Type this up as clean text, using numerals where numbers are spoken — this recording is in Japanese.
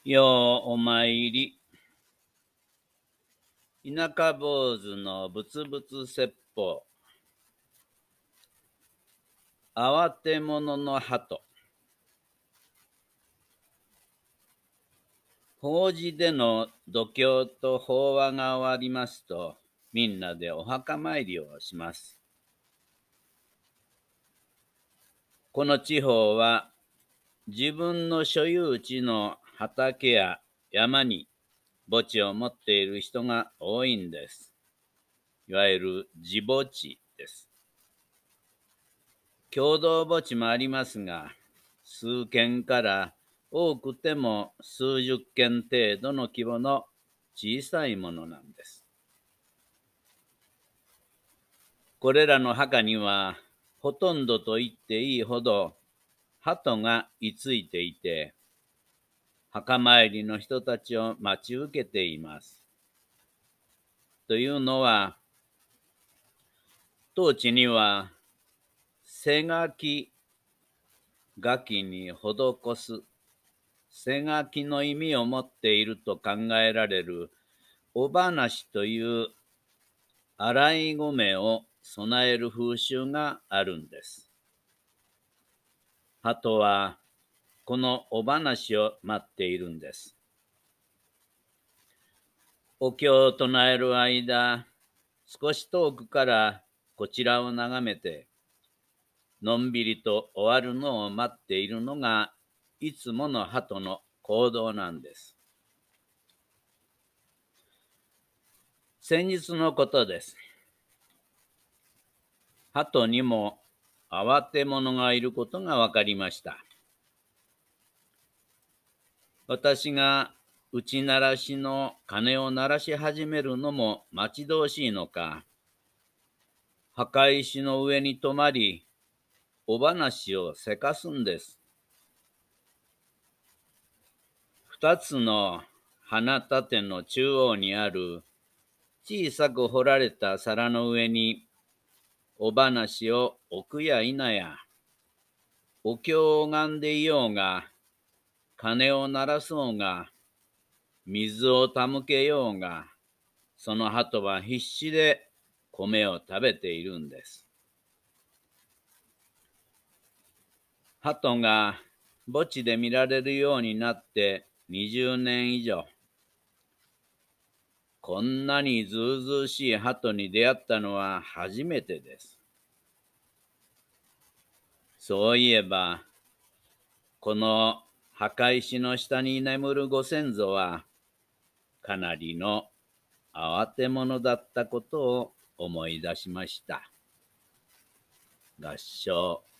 ようお参り。田舎坊主のぶつぶつ説法。慌て者の鳩。法事での度胸と法話が終わりますと、みんなでお墓参りをします。この地方は、自分の所有地の畑や山に墓地を持っている人が多いんです。いわゆる自墓地です。共同墓地もありますが、数軒から多くても数十軒程度の規模の小さいものなんです。これらの墓には、ほとんどと言っていいほど鳩が居ついていて、墓参りの人たちを待ち受けています。というのは、当地には、背書きに施す、背書きの意味を持っていると考えられるお話というアライグメを備える風習があるんです。鳩はこのお話を待っているんです。お経を唱える間、少し遠くからこちらを眺めて、のんびりと終わるのを待っているのがいつもの鳩の行動なんです。先日のことです。鳩にも慌て者がいることが分かりました。私が打ち鳴らしの鐘を鳴らし始めるのも待ち遠しいのか、墓石の上に止まり、お話をせかすんです。二つの花立ての中央にある小さく掘られた皿の上にお話を置くや否や、お経を拝んでいようが、鐘を鳴らそうが、水を手向けようが、その鳩は必死で米を食べているんです。鳩が墓地で見られるようになって20年以上。こんなにずうずうしい鳩に出会ったのは初めてです。そういえば、この墓石の下に眠るご先祖は、かなりの慌て者だったことを思い出しました。合唱。